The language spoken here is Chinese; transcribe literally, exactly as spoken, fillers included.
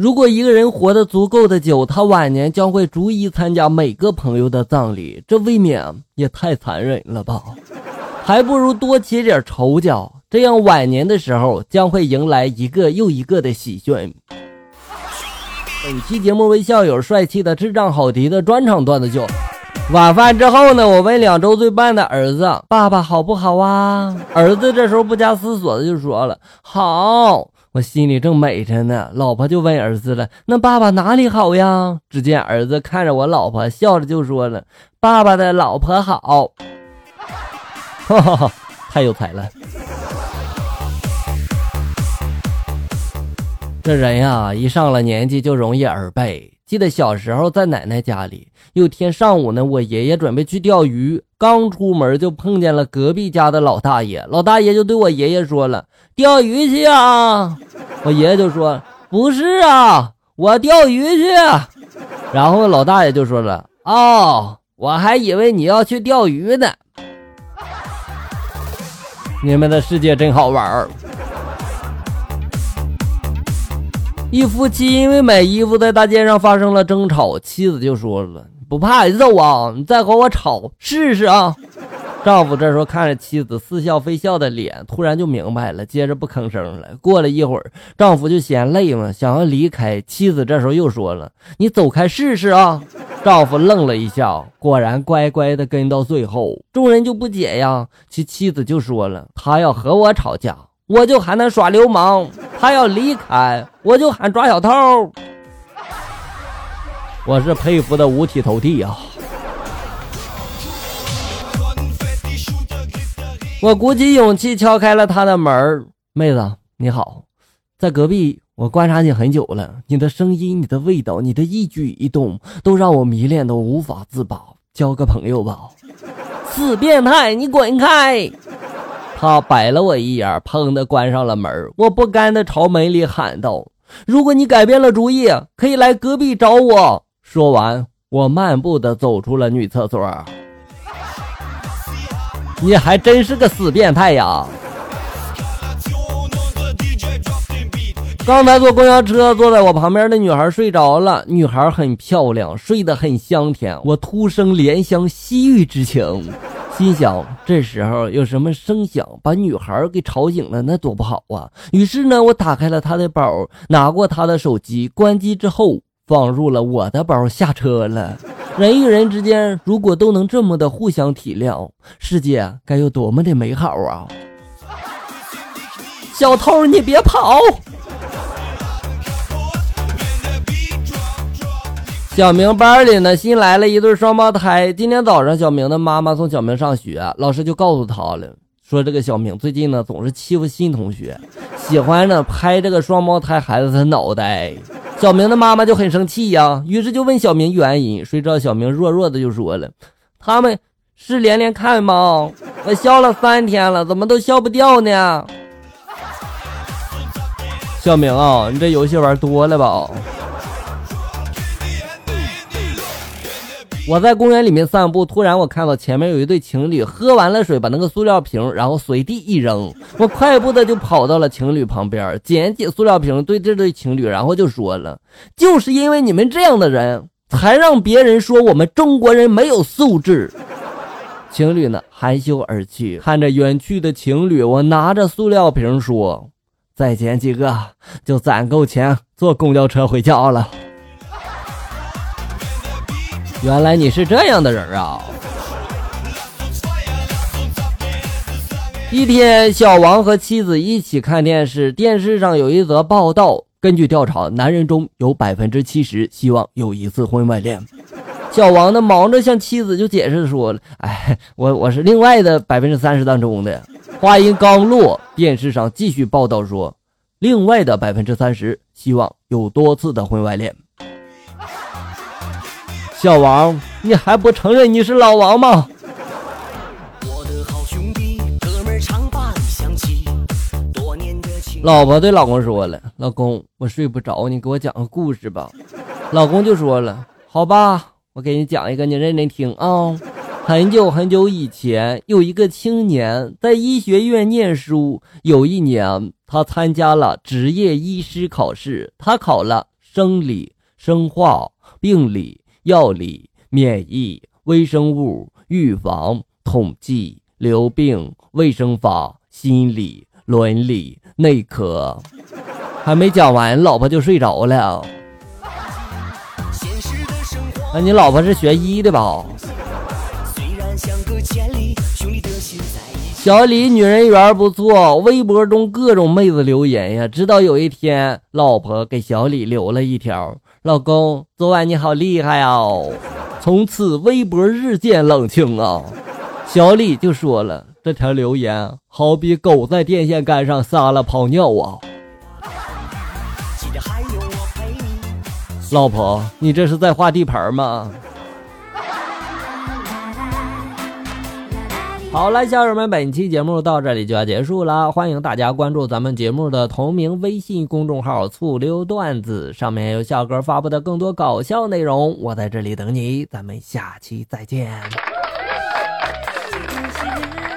如果一个人活得足够的久，他晚年将会逐一参加每个朋友的葬礼，这未免也太残忍了吧。还不如多结点仇家，这样晚年的时候将会迎来一个又一个的喜讯。本期节目为校友帅气的智障好迪的专场段子秀。晚饭之后呢，我问两周岁半的儿子，爸爸好不好啊？儿子这时候不加思索的就说了，好。我心里正美着呢，老婆就问儿子了，那爸爸哪里好呀？只见儿子看着我老婆笑着就说了，爸爸的老婆好。哈哈哈，太有才了。这人呀，一上了年纪就容易耳背。记得小时候在奶奶家里，有天上午呢，我爷爷准备去钓鱼，刚出门就碰见了隔壁家的老大爷。老大爷就对我爷爷说了，钓鱼去啊。我爷爷就说，不是啊，我钓鱼去。然后老大爷就说了，哦，我还以为你要去钓鱼呢。你们的世界真好玩。一夫妻因为买衣服在大街上发生了争吵，妻子就说了，不怕揍啊，你再和我吵试试啊。丈夫这时候看着妻子似笑非笑的脸，突然就明白了，接着不吭声了。过了一会儿，丈夫就嫌累嘛，想要离开，妻子这时候又说了，你走开试试啊。丈夫愣了一下，果然乖乖的跟到最后。众人就不解呀，其妻子就说了，他要和我吵架，我就喊他耍流氓，他要离开，我就喊抓小偷。我是佩服的五体投地啊。我鼓起勇气敲开了他的门，妹子你好，在隔壁我观察你很久了，你的声音，你的味道，你的一举一动都让我迷恋的无法自拔，交个朋友吧。死变态，你滚开。他摆了我一眼，砰的关上了门。我不甘的朝门里喊道，如果你改变了主意，可以来隔壁找我。说完，我漫步的走出了女厕所。你还真是个死变态呀。刚才坐公交车，坐在我旁边的女孩睡着了，女孩很漂亮，睡得很香甜，我突生怜香惜玉之情，心想这时候有什么声响把女孩给吵醒了，那多不好啊。于是呢，我打开了她的包，拿过她的手机，关机之后放入了我的包，下车了。人与人之间如果都能这么的互相体谅，世界该有多么的美好啊。小偷你别跑。小明班里呢，新来了一对双胞胎。今天早上小明的妈妈送小明上学，老师就告诉他了，说这个小明最近呢总是欺负新同学，喜欢呢拍这个双胞胎孩子的脑袋。小明的妈妈就很生气呀、啊，于是就问小明原因。谁知道小明弱弱的就说了，他们是连连看吗？我笑了三天了，怎么都笑不掉呢？小明啊，你这游戏玩多了吧。我在公园里面散步，突然我看到前面有一对情侣喝完了水，把那个塑料瓶然后随地一扔。我快步的就跑到了情侣旁边，捡起塑料瓶对这对情侣然后就说了，就是因为你们这样的人才让别人说我们中国人没有素质。情侣呢含羞而去，看着远去的情侣，我拿着塑料瓶说，再捡几个就攒够钱坐公交车回家了。原来你是这样的人啊。一天，小王和妻子一起看电视，电视上有一则报道，根据调查，男人中有 百分之七十 希望有一次婚外恋。小王呢忙着向妻子就解释说了，哎，我我是另外的 百分之三十 当中的。话音刚落，电视上继续报道说，另外的 百分之三十 希望有多次的婚外恋。小王，你还不承认你是老王吗？我的好兄弟，哥们常把你想起，多年的情。老婆对老公说了，老公，我睡不着，你给我讲个故事吧。老公就说了，好吧，我给你讲一个，你认真听啊。很久很久以前，有一个青年在医学院念书，有一年他参加了执业医师考试，他考了生理、生化、病理、药理、免疫、微生物、预防、统计、流病、卫生法、心理、伦理、内科。还没讲完，老婆就睡着了。那你老婆是学医的吧？小李女人缘不错，微博中各种妹子留言呀。直到有一天，老婆给小李留了一条：老公，昨晚你好厉害哦。从此微博日渐冷清啊。小李就说了，这条留言好比狗在电线杆上撒了泡尿啊。老婆，你这是在画地盘吗？好了，小友们，本期节目到这里就要结束了，欢迎大家关注咱们节目的同名微信公众号醋溜段子，上面有小哥发布的更多搞笑内容，我在这里等你，咱们下期再见。